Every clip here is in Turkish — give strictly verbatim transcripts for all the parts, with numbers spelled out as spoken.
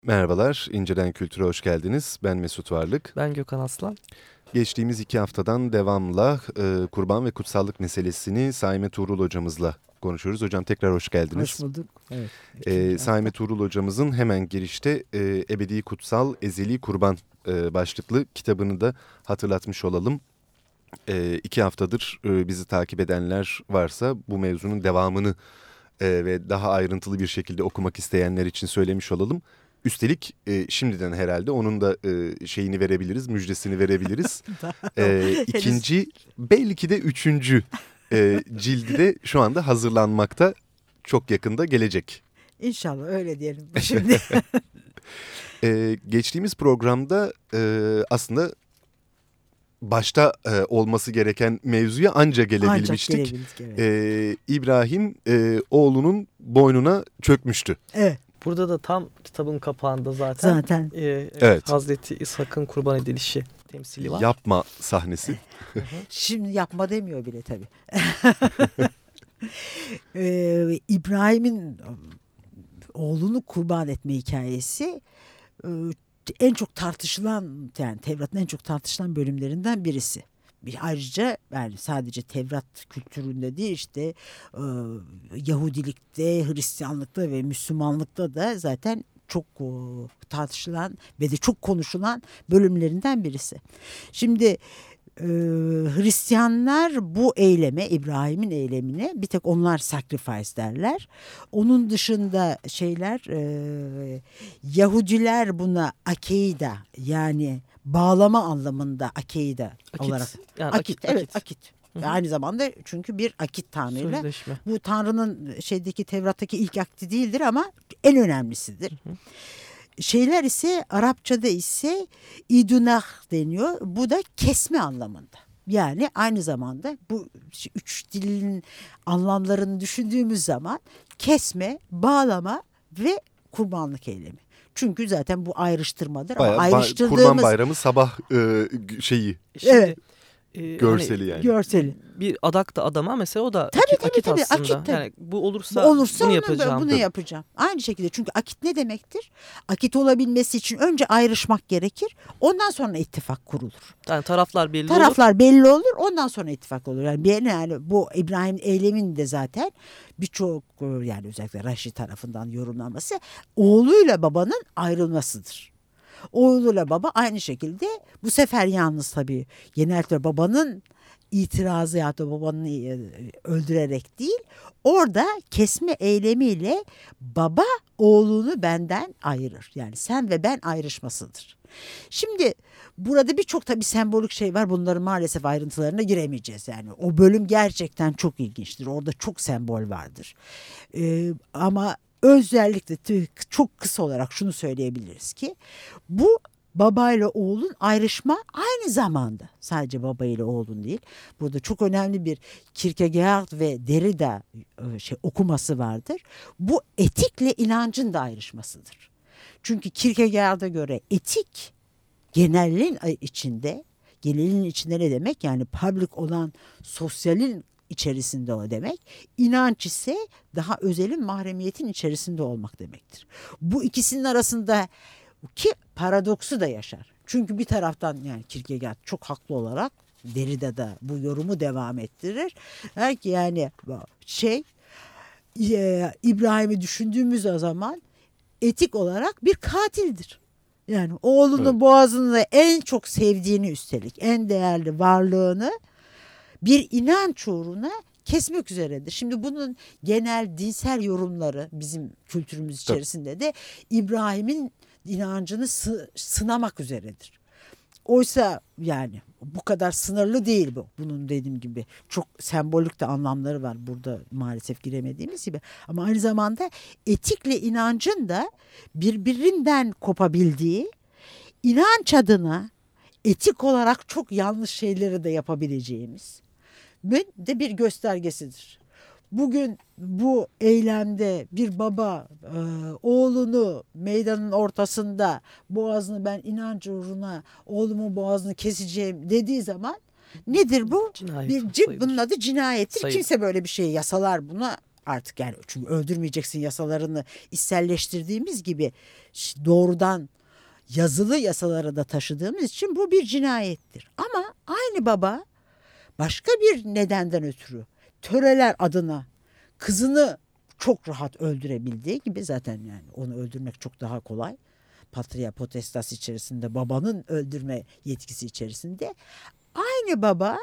Merhabalar, İncelen Kültür'e hoş geldiniz. Ben Mesut Varlık. Ben Gökhan Aslan. Geçtiğimiz iki haftadan devamla e, kurban ve kutsallık meselesini Saime Tuğrul hocamızla konuşuyoruz. Hocam tekrar hoş geldiniz. Hoş bulduk. Evet. E, Saime Tuğrul hocamızın hemen girişte e, Ebedi Kutsal Ezeli Kurban e, başlıklı kitabını da hatırlatmış olalım. E, iki haftadır e, bizi takip edenler varsa bu mevzunun devamını e, ve daha ayrıntılı bir şekilde okumak isteyenler için söylemiş olalım. Üstelik e, şimdiden herhalde onun da e, şeyini verebiliriz, müjdesini verebiliriz. e, ikinci, belki de üçüncü e, cildi de şu anda hazırlanmakta, çok yakında gelecek. İnşallah öyle diyelim şimdi. e, geçtiğimiz programda e, aslında başta e, olması gereken mevzuya anca gelebilmiştik. Ancak gelebildik, evet. e, İbrahim e, oğlunun boynuna çökmüştü. Evet. Burada da tam kitabın kapağında zaten, zaten. E, evet. Hazreti İshak'ın kurban edilişi temsili var. Yapma sahnesi. Şimdi yapma demiyor bile tabii. ee, İbrahim'in oğlunu kurban etme hikayesi en çok tartışılan, yani Tevrat'ın en çok tartışılan bölümlerinden birisi. Bir ayrıca yani sadece Tevrat kültüründe değil, işte e, Yahudilikte, Hristiyanlıkta ve Müslümanlıkta da zaten çok e, tartışılan ve de çok konuşulan bölümlerinden birisi. Şimdi e, Hristiyanlar bu eyleme, İbrahim'in eylemine bir tek onlar sacrifice derler. Onun dışında şeyler e, Yahudiler buna akeida, yani bağlama anlamında akeida akit, olarak. Yani akit, akit, evet akit. akit. Ve aynı zamanda çünkü bir akit tanrıyla. Sözleşme. Bu tanrının şeydeki Tevrat'taki ilk akti değildir ama en önemlisidir. Hı hı. Şeyler ise Arapçada ise idunah deniyor. Bu da kesme anlamında. Yani aynı zamanda bu üç dilin anlamlarını düşündüğümüz zaman kesme, bağlama ve kurbanlık eylemi. Çünkü zaten bu ayrıştırmadır. Bayağı ama ayrıştırdığımız... Kurban Bayramı sabah e, şeyi. Şimdi, evet. E, görseli yani. Görseli. Bir adak da adama mesela o da tabii, akit, tabii, akit tabii, aslında. akit, tabii. Yani bu olursa, bu olursa bunu onu, yapacağım. Bunu yapacağım. Aynı şekilde, çünkü akit ne demektir? Akit olabilmesi için önce ayrışmak gerekir. Ondan sonra ittifak kurulur. Yani taraflar belli taraflar olur. Taraflar belli olur. Ondan sonra ittifak olur. Yani, bir, yani bu İbrahim eyleminin de zaten birçok, yani özellikle Raşi tarafından yorumlanması oğluyla babanın ayrılmasıdır. Oğluyla baba aynı şekilde, bu sefer yalnız tabii genellikle babanın itirazı ya da babanın öldürerek değil, orada kesme eylemiyle baba oğlunu benden ayırır. Yani sen ve ben ayrışmasıdır. Şimdi burada birçok tabii sembolik şey var. Bunların maalesef ayrıntılarına giremeyeceğiz. Yani o bölüm gerçekten çok ilginçtir. Orada çok sembol vardır. Ee, ama özellikle çok kısa olarak şunu söyleyebiliriz ki bu babayla oğlun ayrışma aynı zamanda, sadece babayla oğlun değil. Burada çok önemli bir Kierkegaard ve Derrida şey, okuması vardır. Bu etikle inancın da ayrışmasıdır. Çünkü Kierkegaard'a göre etik genelin içinde, genelin içinde ne demek? Yani public olan sosyalin içerisinde o demek. İnanç ise daha özelin, mahremiyetin içerisinde olmak demektir. Bu ikisinin arasında ki paradoksu da yaşar. Çünkü bir taraftan yani Kierkegaard çok haklı olarak, Derrida da bu yorumu devam ettirir. Der ki yani şey e, İbrahim'i düşündüğümüz zaman etik olarak bir katildir. Yani oğlunun evet. boğazını en çok sevdiğini, üstelik en değerli varlığını bir inanç uğruna kesmek üzeredir. Şimdi bunun genel dinsel yorumları bizim kültürümüz içerisinde de İbrahim'in inancını sı- sınamak üzeredir. Oysa yani bu kadar sınırlı değil bu. Bunun dediğim gibi çok sembolik de anlamları var burada, maalesef giremediğimiz gibi. Ama aynı zamanda etikle inancın da birbirinden kopabildiği, inanç adına etik olarak çok yanlış şeyleri de yapabileceğimiz de bir göstergesidir. Bugün bu eylemde bir baba e, oğlunu meydanın ortasında boğazını, ben inanç uğruna oğlumun boğazını keseceğim dediği zaman nedir bu? Cinayet bir cin, bunun adı cinayettir. Sayılır. Kimse böyle bir şey, yasalar buna Artık yani çünkü öldürmeyeceksin yasalarını içselleştirdiğimiz gibi doğrudan yazılı yasalara da taşıdığımız için bu bir cinayettir. Ama aynı baba başka bir nedenden ötürü töreler adına kızını çok rahat öldürebildiği gibi, zaten yani onu öldürmek çok daha kolay. Patria potestas içerisinde, babanın öldürme yetkisi içerisinde, aynı baba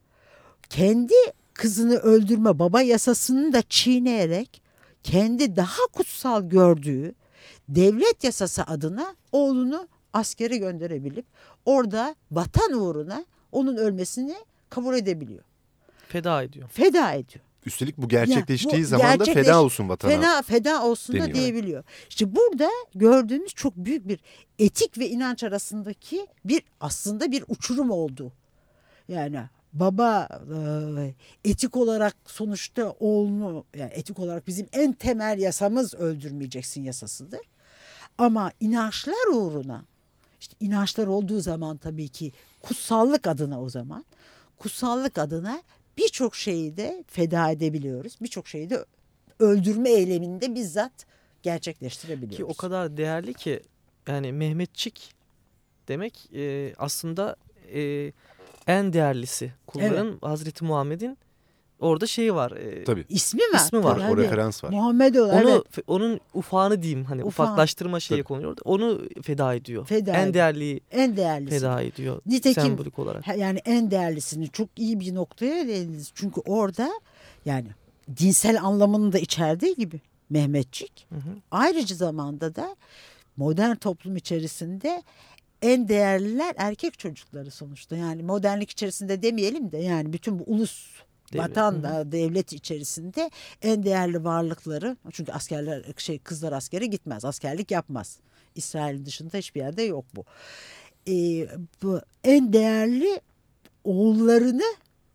kendi kızını öldürme baba yasasını da çiğneyerek kendi daha kutsal gördüğü devlet yasası adına oğlunu askere gönderebilip orada vatan uğruna onun ölmesini kabul edebiliyor. Feda ediyor. Feda ediyor. Üstelik bu gerçekleştiği Ya, bu zaman da gerçekleş, feda olsun vatana. Feda, feda olsun deniyor. da diyebiliyor. İşte burada gördüğünüz çok büyük bir etik ve inanç arasındaki bir aslında bir uçurum oldu. Yani baba e, etik olarak sonuçta oğlunu, yani etik olarak bizim en temel yasamız öldürmeyeceksin yasasıdır. Ama inançlar uğruna, işte inançlar olduğu zaman tabii ki kutsallık adına, o zaman kutsallık adına birçok şeyi de feda edebiliyoruz. Birçok şeyi de öldürme eyleminde bizzat gerçekleştirebiliyoruz. Ki o kadar değerli ki yani Mehmetçik demek e, aslında e, en değerlisi. Kulların evet. Hazreti Muhammed'in orada şeyi var. E, Tabii. İsmi var. İsmi var. Tabii, o referans var. Muhammed olarak. Onu, evet. Onun ufağını diyeyim, hani Ufağın. ufaklaştırma şeyi Tabii. konuyor. Onu feda ediyor. Feda en ediyor. değerliyi en değerlisi. feda ediyor. Nitekim, sembolik olarak. Yani en değerlisini çok iyi bir noktaya değindiniz. Çünkü orada yani dinsel anlamını da içerdiği gibi Mehmetçik, hı hı. ayrıca zamanda da modern toplum içerisinde en değerliler erkek çocukları sonuçta. Yani modernlik içerisinde demeyelim de yani bütün bu ulus, devlet, vatan da, devlet içerisinde en değerli varlıkları. Çünkü askerler, şey kızlar askere gitmez, askerlik yapmaz. İsrail'in dışında hiçbir yerde yok bu. Ee, bu en değerli oğullarını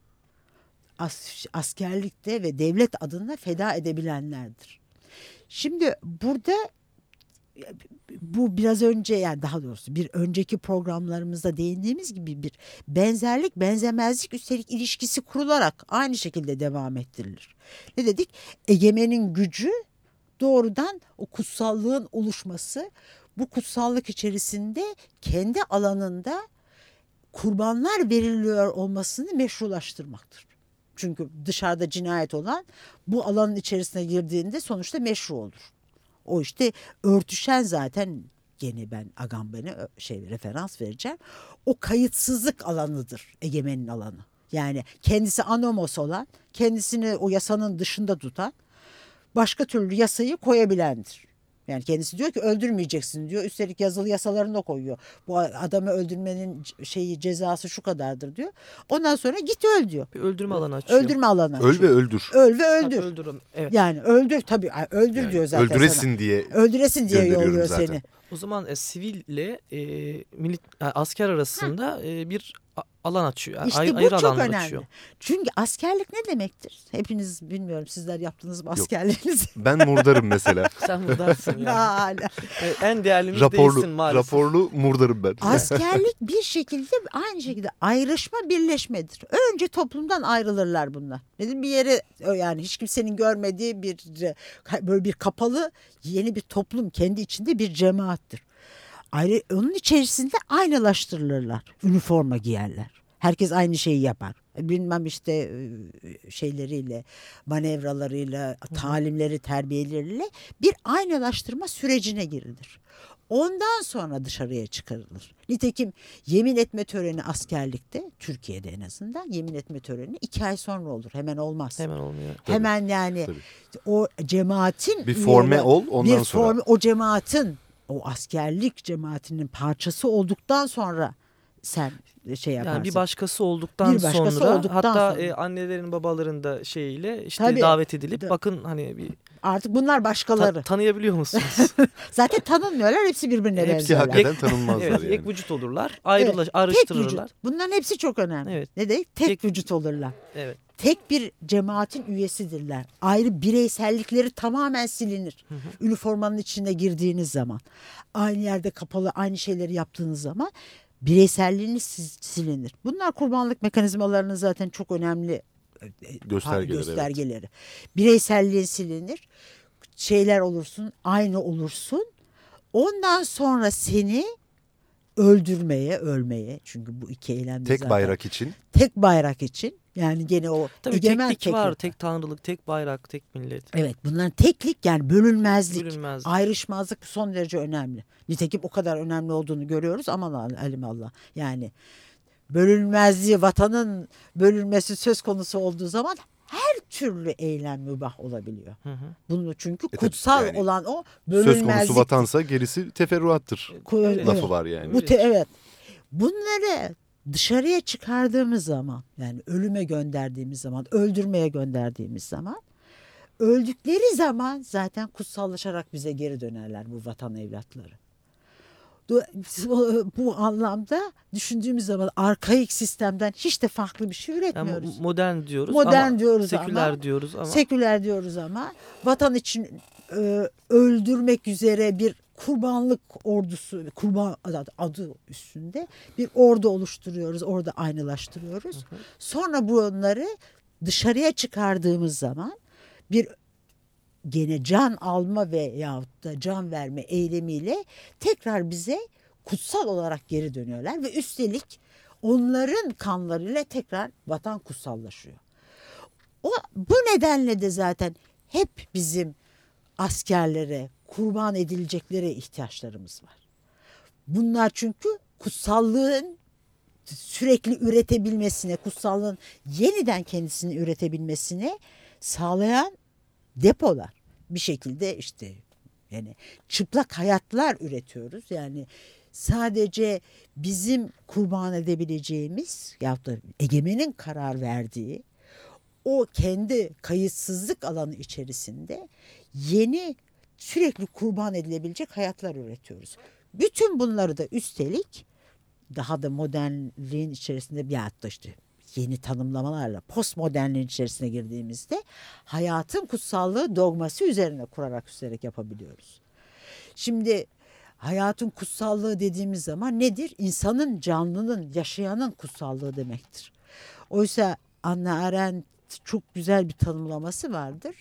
as, askerlikte ve devlet adına feda edebilenlerdir. Şimdi burada bu biraz önce, yani daha doğrusu bir önceki programlarımızda değindiğimiz gibi bir benzerlik benzemezlik üstelik ilişkisi kurularak aynı şekilde devam ettirilir. Ne dedik? Egemenin gücü doğrudan o kutsallığın oluşması, bu kutsallık içerisinde kendi alanında kurbanlar veriliyor olmasını meşrulaştırmaktır. Çünkü dışarıda cinayet olan bu alanın içerisine girdiğinde sonuçta meşru olur. O işte örtüşen, zaten gene ben Agamben'e şey referans vereceğim. O kayıtsızlık alanıdır egemenin alanı. Yani kendisi anomos olan, kendisini o yasanın dışında tutan, başka türlü yasayı koyabilendir. Yani kendisi diyor ki öldürmeyeceksin diyor. Üstelik yazılı yasalarını koyuyor. Bu adamı öldürmenin şeyi, cezası şu kadardır diyor. Ondan sonra git öl diyor. Bir öldürme alanı açıyor. Öldürme alanı açıyor. Öl ve öldür. Öl ve öldür. Tabii öldürüm. Evet. Yani öldür tabii. Öldür yani diyor zaten öldüresin sana. diye. Öldüresin diye yolluyor zaten. seni. O zaman e, siville e, milit, yani asker arasında e, bir a, alan açıyor. Yani İşte ay, bu ayrı çok alanlar önemli. açıyor. Çünkü askerlik ne demektir? Hepiniz bilmiyorum, sizler yaptınız mı askerliğinizi? Ben murdarım mesela. Sen murdarsın yani. Hala. E, en değerlimiz raporlu, değilsin maalesef. Raporlu murdarım ben. Askerlik bir şekilde aynı şekilde ayrışma, birleşmedir. Önce toplumdan ayrılırlar bunlar. Dedim bir yere, yani hiç kimsenin görmediği bir böyle bir kapalı yeni bir toplum, kendi içinde bir cemaattir. Ayrı, onun içerisinde aynalaştırılırlar. Üniforma giyerler. Herkes aynı şeyi yapar. Bilmem işte şeyleriyle, manevralarıyla, talimleri, terbiyeleriyle bir aynalaştırma sürecine girilir. Ondan sonra dışarıya çıkarılır. Nitekim yemin etme töreni askerlikte, Türkiye'de en azından yemin etme töreni iki ay sonra olur. Hemen olmaz. Hemen olmuyor. Hemen yani tabii. O cemaatin bir forme üyeleri, ol ondan bir sonra. Forme, o cemaatin, o askerlik cemaatinin parçası olduktan sonra sen şey yaparsın. Yani bir başkası olduktan bir başkası sonra olduktan hatta sonra. E, annelerin babaların da şeyiyle işte tabii, davet edilip de, bakın hani bir artık bunlar başkaları. Ta, tanıyabiliyor musunuz? Zaten tanınmıyorlar, hepsi birbirine hepsi benziyorlar. Hepsi hakikaten tanınmazlar evet, yani. Ek vücut olurlar, ayrılar, evet, ayrıştırırlar. Bunların hepsi çok önemli. Evet. Ne demek? Tek, tek vücut olurlar. Evet. Tek bir cemaatin üyesidirler. Ayrı bireysellikleri tamamen silinir. Hı hı. Üniformanın içine girdiğiniz zaman, aynı yerde kapalı aynı şeyleri yaptığınız zaman bireyselliğiniz silinir. Bunlar kurbanlık mekanizmalarının zaten çok önemli Göstergeleri, göstergeleri. Evet. Bireyselliğin silinir. Şeyler olursun, aynı olursun. Ondan sonra seni öldürmeye, ölmeye, çünkü bu iki eylem tek zaten, bayrak için. Tek bayrak için. Yani gene o tabii egemen teklik teklik var, tek tanrılık, tek bayrak, tek millet. Evet, bunların teklik yani bölünmezlik, Bölünmezlik. ayrışmazlık son derece önemli. Nitekim o kadar önemli olduğunu görüyoruz, aman alimallah. Yani bölünmezliği, vatanın bölünmesi söz konusu olduğu zaman her türlü eylem mübah olabiliyor. Hı hı. Bunu çünkü e kutsal yani, olan o bölünmezlik. Söz konusu vatansa gerisi teferruattır. Evet. Lafı evet. var yani. Bu te, evet. Bunları dışarıya çıkardığımız zaman, yani ölüme gönderdiğimiz zaman, öldürmeye gönderdiğimiz zaman, öldükleri zaman zaten kutsallaşarak bize geri dönerler bu vatan evlatları. Bu anlamda düşündüğümüz zaman arkaik sistemden hiç de farklı bir şey üretmiyoruz. Yani modern diyoruz modern ama diyoruz seküler ama, diyoruz ama seküler diyoruz ama vatan için e, öldürmek üzere bir kurbanlık ordusu, kurban adı, adı üstünde bir ordu oluşturuyoruz. Orada aynılaştırıyoruz. Hı hı. Sonra bunları dışarıya çıkardığımız zaman bir gene can alma ve yahut da can verme eylemiyle tekrar bize kutsal olarak geri dönüyorlar ve üstelik onların kanlarıyla tekrar vatan kutsallaşıyor. O, bu nedenle de zaten hep bizim askerlere, kurban edileceklere ihtiyaçlarımız var. Bunlar çünkü kutsallığın sürekli üretebilmesine, kutsallığın yeniden kendisini üretebilmesine sağlayan depolar. Bir şekilde işte yani çıplak hayatlar üretiyoruz. Yani sadece bizim kurban edebileceğimiz yahut da egemenin karar verdiği o kendi kayıtsızlık alanı içerisinde yeni sürekli kurban edilebilecek hayatlar üretiyoruz. Bütün bunları da üstelik daha da modernliğin içerisinde bir hatta işte yeni tanımlamalarla postmodernliğin içerisine girdiğimizde hayatın kutsallığı dogması üzerine kurarak üstelik yapabiliyoruz. Şimdi hayatın kutsallığı dediğimiz zaman nedir? İnsanın, canlının, yaşayanın kutsallığı demektir. Oysa Hannah Arendt çok güzel bir tanımlaması vardır.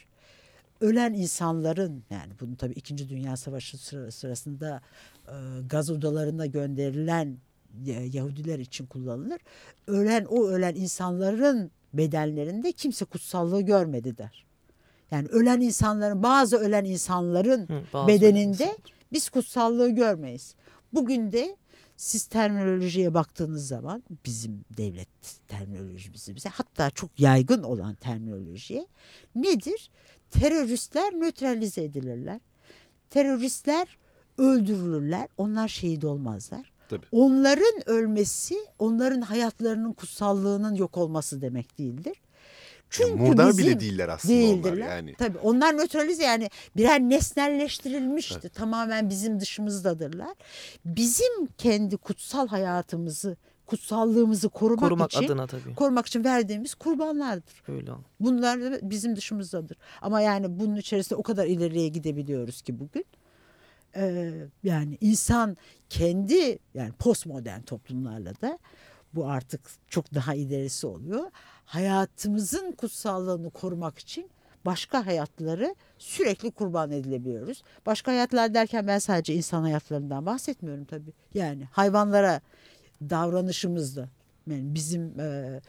Ölen insanların, yani bunu tabii İkinci Dünya Savaşı sırasında e, gaz odalarına gönderilen Yahudiler için kullanılır. Ölen o ölen insanların bedenlerinde kimse kutsallığı görmedi der. Yani ölen insanların, bazı ölen insanların Hı, bazı bedeninde insan. Biz kutsallığı görmeyiz. Bugün de siz terminolojiye baktığınız zaman bizim devlet terminolojimizi bize hatta çok yaygın olan terminolojiye nedir? Teröristler nötralize edilirler. Teröristler öldürülürler. Onlar şehit olmazlar. Tabii. Onların ölmesi, onların hayatlarının kutsallığının yok olması demek değildir. Çünkü yani murdar bile değiller aslında değildirler. Onlar yani. Tabii onlar nötralize yani birer nesnelleştirilmişti. Evet. Tamamen bizim dışımızdadırlar. Bizim kendi kutsal hayatımızı, kutsallığımızı korumak, korumak için adına tabii. korumak için verdiğimiz kurbanlardır. Öyle. Bunlar da bizim dışımızdadır. Ama yani bunun içerisinde o kadar ileriye gidebiliyoruz ki bugün. Ee, yani insan kendi yani postmodern toplumlarla da bu artık çok daha ilerisi oluyor. Hayatımızın kutsallığını korumak için başka hayatları sürekli kurban edilebiliyoruz. Başka hayatlar derken ben sadece insan hayatlarından bahsetmiyorum tabii. Yani hayvanlara davranışımızda yani bizim e,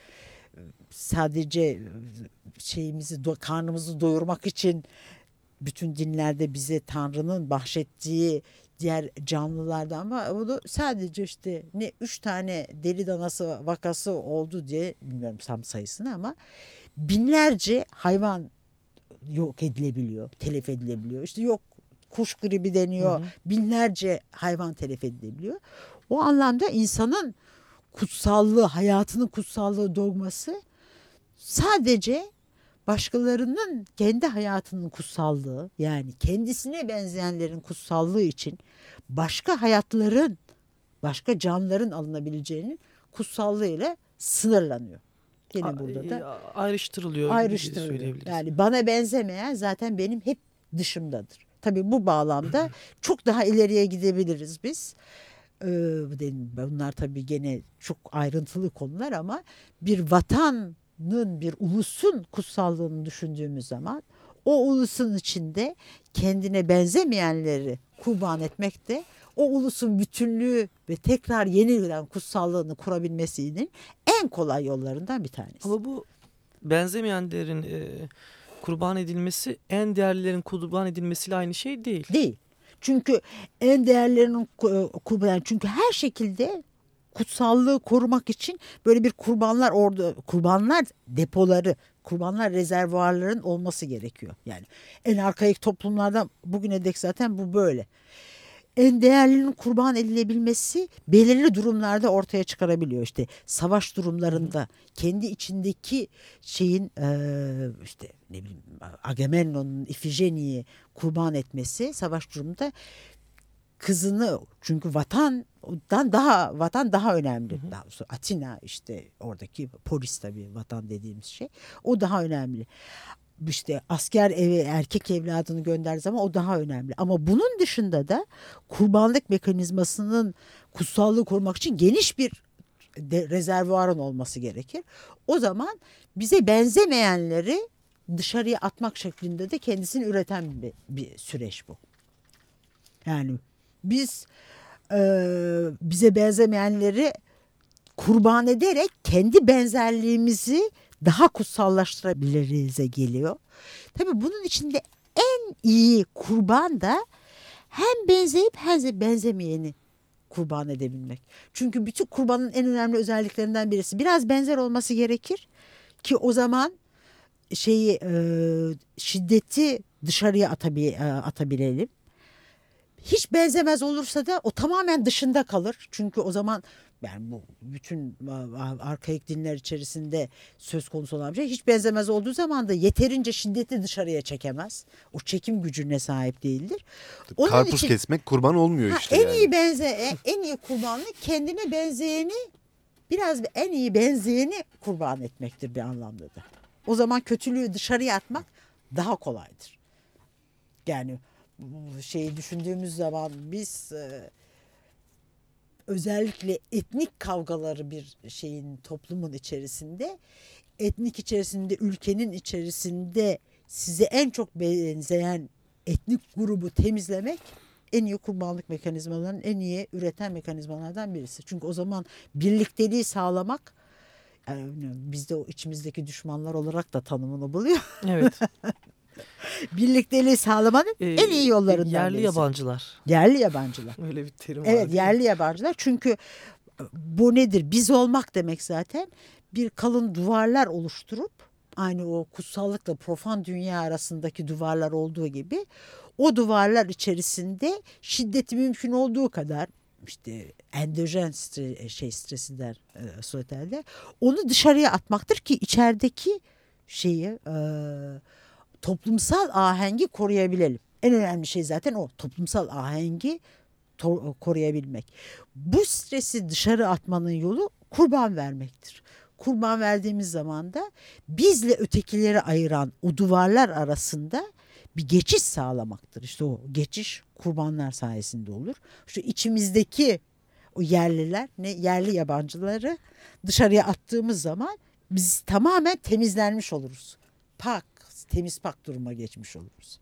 sadece şeyimizi karnımızı doyurmak için bütün dinlerde bize Tanrı'nın bahşettiği diğer canlılardan ama bunu sadece işte ne üç tane deli danası vakası oldu diye bilmiyorum tam sayısını ama binlerce hayvan yok edilebiliyor, telef edilebiliyor. İşte yok kuş gribi deniyor, hı hı. binlerce hayvan telef edilebiliyor. O anlamda insanın kutsallığı, hayatının kutsallığı dogması sadece başkalarının kendi hayatının kutsallığı yani kendisine benzeyenlerin kutsallığı için başka hayatların, başka canlıların alınabileceğinin kutsallığıyla sınırlanıyor. Gene burada da ayrıştırılıyor. Ayrıştırılıyor. Yani bana benzemeyen zaten benim hep dışımdadır. Tabii bu bağlamda çok daha ileriye gidebiliriz biz. Ee, bunlar tabii gene çok ayrıntılı konular ama bir vatan bir ulusun kutsallığını düşündüğümüz zaman o ulusun içinde kendine benzemeyenleri kurban etmek de o ulusun bütünlüğü ve tekrar yeniden kutsallığını kurabilmesinin en kolay yollarından bir tanesi. Ama bu benzemeyenlerin e, kurban edilmesi en değerlilerin kurban edilmesiyle aynı şey değil. Değil. Çünkü en değerlerinin kurban, çünkü her şekilde kutsallığı korumak için böyle bir kurbanlar orada, kurbanlar depoları, kurbanlar rezervuarların olması gerekiyor. Yani en arkaik toplumlardan bugüne dek zaten bu böyle. En değerlinin kurban edilebilmesi belirli durumlarda ortaya çıkarabiliyor. İşte savaş durumlarında kendi içindeki şeyin işte ne bileyim Agamemnon'un İfijeni'yi kurban etmesi savaş durumunda kızını, çünkü vatandan daha vatan daha önemli. Hı hı. Daha sonra Atina, işte oradaki polis, tabii vatan dediğimiz şey, o daha önemli. İşte asker eve erkek evladını gönderdiği zaman o daha önemli. Ama bunun dışında da kurbanlık mekanizmasının kutsallığı korumak için geniş bir de rezervuarın olması gerekir. O zaman bize benzemeyenleri dışarıya atmak şeklinde de kendisini üreten bir, bir süreç bu. Yani biz e, bize benzemeyenleri kurban ederek kendi benzerliğimizi daha kutsallaştırabilirize geliyor. Tabii bunun içinde en iyi kurban da hem benzeyip hem de benzemeyeni kurban edebilmek. Çünkü bütün kurbanın en önemli özelliklerinden birisi biraz benzer olması gerekir ki o zaman şeyi e, şiddeti dışarıya atabi, atabilelim. Hiç benzemez olursa da o tamamen dışında kalır. Çünkü o zaman yani bu bütün arkaik dinler içerisinde söz konusu olan bir şey. Hiç benzemez olduğu zaman da yeterince şiddeti dışarıya çekemez. O çekim gücüne sahip değildir. Onun Karpuz için, kesmek kurban olmuyor ha, işte. En yani. iyi benze, en iyi kurbanlık kendine benzeyeni, biraz en iyi benzeyeni kurban etmektir bir anlamda da. O zaman kötülüğü dışarıya atmak daha kolaydır. Yani şeyi düşündüğümüz zaman biz e, özellikle etnik kavgaları bir şeyin toplumun içerisinde, etnik içerisinde, ülkenin içerisinde size en çok benzeyen etnik grubu temizlemek en iyi kurbanlık mekanizmalarının en iyi üreten mekanizmalardan birisi. Çünkü o zaman birlikteliği sağlamak, yani bizde o içimizdeki düşmanlar olarak da tanımını buluyor. Evet. Birlikteliği sağlamanın ee, en iyi yollarından yerli birisi. yabancılar. Yerli yabancılar. Öyle bir terim var. Evet, yerli yabancılar. Çünkü bu nedir? Biz olmak demek zaten bir kalın duvarlar oluşturup aynı o kutsallıkla profan dünya arasındaki duvarlar olduğu gibi o duvarlar içerisinde şiddeti mümkün olduğu kadar, işte endojen stre, şey stresi der e, Sotel'de, onu dışarıya atmaktır ki içerideki şeyi e, toplumsal ahengi koruyabilelim. En önemli şey zaten o, toplumsal ahengi to- koruyabilmek. Bu stresi dışarı atmanın yolu kurban vermektir. Kurban verdiğimiz zaman da bizle ötekileri ayıran o duvarlar arasında bir geçiş sağlamaktır. İşte o geçiş kurbanlar sayesinde olur. Şu içimizdeki o yerliler, ne yerli yabancıları dışarıya attığımız zaman biz tamamen temizlenmiş oluruz. Pak, temiz pak duruma geçmiş oluruz.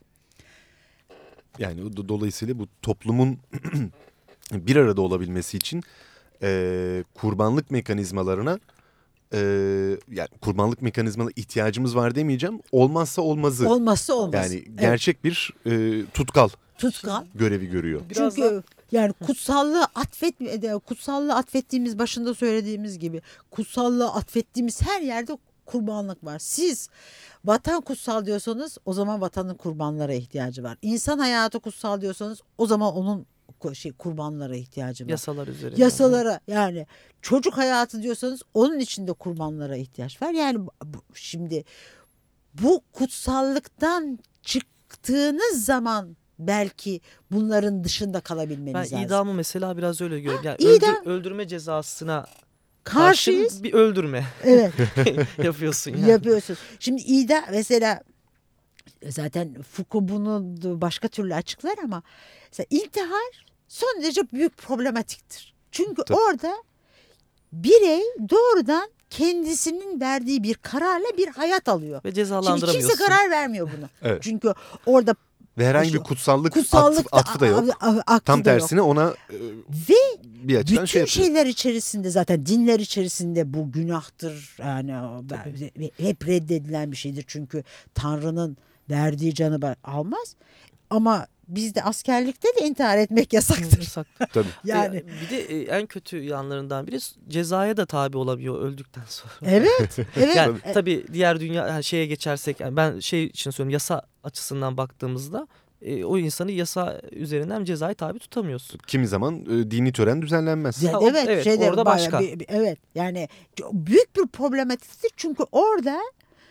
Yani dolayısıyla bu toplumun bir arada olabilmesi için e, kurbanlık mekanizmalarına e, yani kurbanlık mekanizmalarına ihtiyacımız var demeyeceğim. Olmazsa olmazı. Olmazsa olmaz. Yani gerçek evet. bir e, tutkal. Tutkal görevi görüyor. Biraz Çünkü da... yani kutsallığı atfet kutsallığı atfettiğimiz, başında söylediğimiz gibi kutsallığı atfettiğimiz her yerde kurbanlık var. Siz vatan kutsal diyorsanız o zaman vatanın kurbanlara ihtiyacı var. İnsan hayatı kutsal diyorsanız o zaman onun şey kurbanlara ihtiyacı var. Yasalar üzerine. Yasalara, yani çocuk hayatı diyorsanız onun için de kurbanlara ihtiyaç var. Yani bu, şimdi bu kutsallıktan çıktığınız zaman belki bunların dışında kalabilmeniz ben lazım. Ben idamı mesela biraz öyle görüyorum. Yani İdam... öldür, öldürme cezasına karşıyız. Karşı bir öldürme. Evet. Yapıyorsun yani. Yapıyorsun. Şimdi idam mesela, zaten Foucault bunu başka türlü açıklar ama mesela intihar son derece büyük problematiktir. Çünkü Tabii. orada birey doğrudan kendisinin verdiği bir kararla bir hayat alıyor. Ve Şimdi cezalandıramıyorsun. kimse karar vermiyor buna. Evet. Çünkü orada Ve herhangi bir Şu- kutsallık, kutsallık atf- atfı da yok. a- a- aklı Tam da yok. tersine ona e, Ve bir açıdan bütün şey yapıyor. şeyler içerisinde zaten dinler içerisinde bu günahtır. Yani Tabii. hep reddedilen bir şeydir. Çünkü Tanrı'nın verdiği canı ba- almaz. Ama bizde askerlikte de intihar etmek yasaktır. Yasak. Tabii. Yani E, bir de e, en kötü yanlarından biri cezaya da tabi olabiliyor öldükten sonra. evet, evet. Yani E, tabii diğer dünya yani şeye geçersek yani ben şey için söylüyorum, yasa açısından baktığımızda e, o insanı yasa üzerinden cezaya tabi tutamıyorsun. Kimi zaman e, dini tören düzenlenmez. Ya Ha, o- evet, evet, şeyde orada bayağı başka. bir- bir- evet yani çok büyük bir problematiktir çünkü orada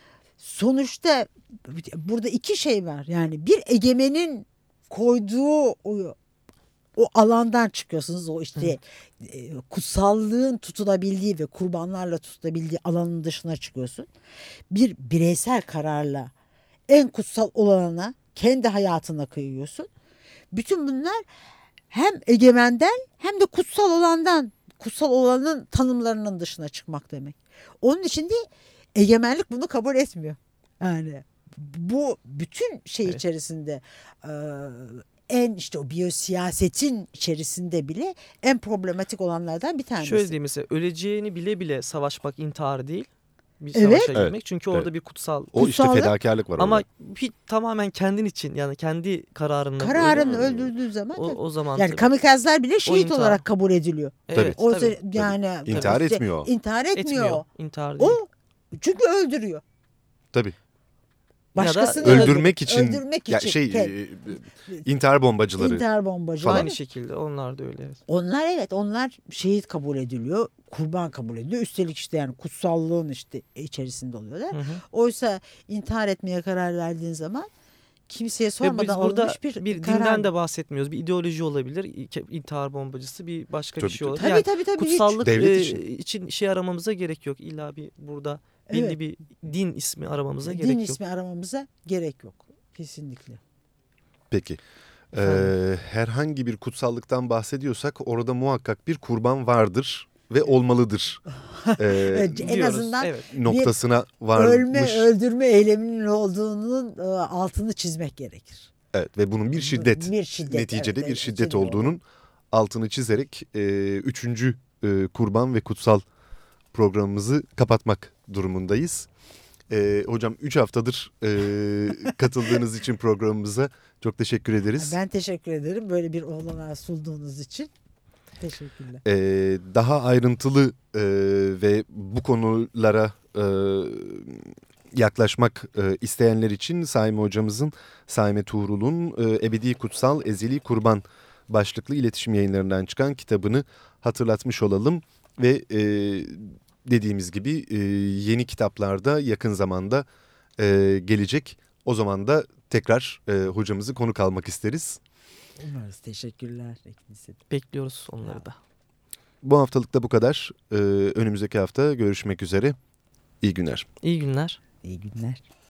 sonuçta burada iki şey var. Yani bir egemenin koyduğu o, o alandan çıkıyorsunuz. O işte e, kutsallığın tutunabildiği ve kurbanlarla tutunabildiği alanın dışına çıkıyorsun. Bir bireysel kararla en kutsal olana kendi hayatına kıyıyorsun. Bütün bunlar hem egemenden hem de kutsal olandan, kutsal olanın tanımlarının dışına çıkmak demek. Onun için de egemenlik bunu kabul etmiyor. Yani bu bütün şey Evet. içerisinde e, en işte o biyosiyasetin içerisinde bile en problematik olanlardan bir tanesi. Şöyle diyeyim, mesela öleceğini bile bile savaşmak intihar değil. Bir Evet. savaşa girmek. Evet, Çünkü evet. orada bir kutsal. O işte Kutsallık- fedakarlık var Ama orada. bir tamamen kendin için, yani kendi kararınla. Kararını öyle- öldürdüğü zaman O, tabii. o zaman yani tabii. kamikazlar bile şehit intihar. olarak kabul ediliyor. Evet, Oysa tabii. yani İntihar işte etmiyor o. İntihar etmiyor. Etmiyor. İntihar değil. O çünkü öldürüyor. Tabii. Başkasını Ya da- Öldürmek için, öldürmek ya için. şey Ke- e, intihar bombacıları. intihar bombacıları. falan. Aynı şekilde onlar da öyle. Evet. Onlar evet onlar şehit kabul ediliyor. Kurban kabul ediliyor. Üstelik işte yani kutsallığın işte içerisinde oluyorlar. Hı hı. Oysa intihar etmeye karar verdiğin zaman kimseye Ve biz sormadan burada olmuş bir, bir karar. dinden de bahsetmiyoruz. Bir ideoloji olabilir. İ- İntihar bombacısı bir başka Tabii, bir şey tabii. olabilir. Tabii Yani tabii tabii. hiç- kutsallık Devlet e, için. için şey aramamıza gerek yok. İlla bir burada belli Evet. bir din ismi aramamıza din gerek yok. ismi aramamıza gerek yok. Kesinlikle. Peki. Ee, Efendim? herhangi bir kutsallıktan bahsediyorsak orada muhakkak bir kurban vardır ve olmalıdır. Ee, Evet, en diyoruz. azından Evet. noktasına varmış. ölme öldürme eyleminin olduğunun e, altını çizmek gerekir. Evet, ve bunun bir şiddet, Bir şiddet, neticede evet, bir evet, şiddet şiddet olduğunun altını çizerek e, üçüncü e, kurban ve kutsal programımızı kapatmak durumundayız. E, hocam üç haftadır e, katıldığınız için programımıza çok teşekkür ederiz. Ben teşekkür ederim böyle bir olanağı sunduğunuz için. Teşekkürler. E, daha ayrıntılı e, ve bu konulara e, yaklaşmak e, isteyenler için Saime hocamızın, Saime Tuğrul'un e, Ebedi Kutsal Ezeli Kurban başlıklı iletişim yayınlarından çıkan kitabını hatırlatmış olalım. Ve e, dediğimiz gibi e, yeni kitaplarda yakın zamanda e, gelecek. O zaman da tekrar e, hocamızı konuk almak isteriz. Umarız. Teşekkürler. ikinize de. Bekliyoruz onları da. Bu haftalık da bu kadar. E, önümüzdeki hafta görüşmek üzere. İyi günler. İyi günler. İyi günler.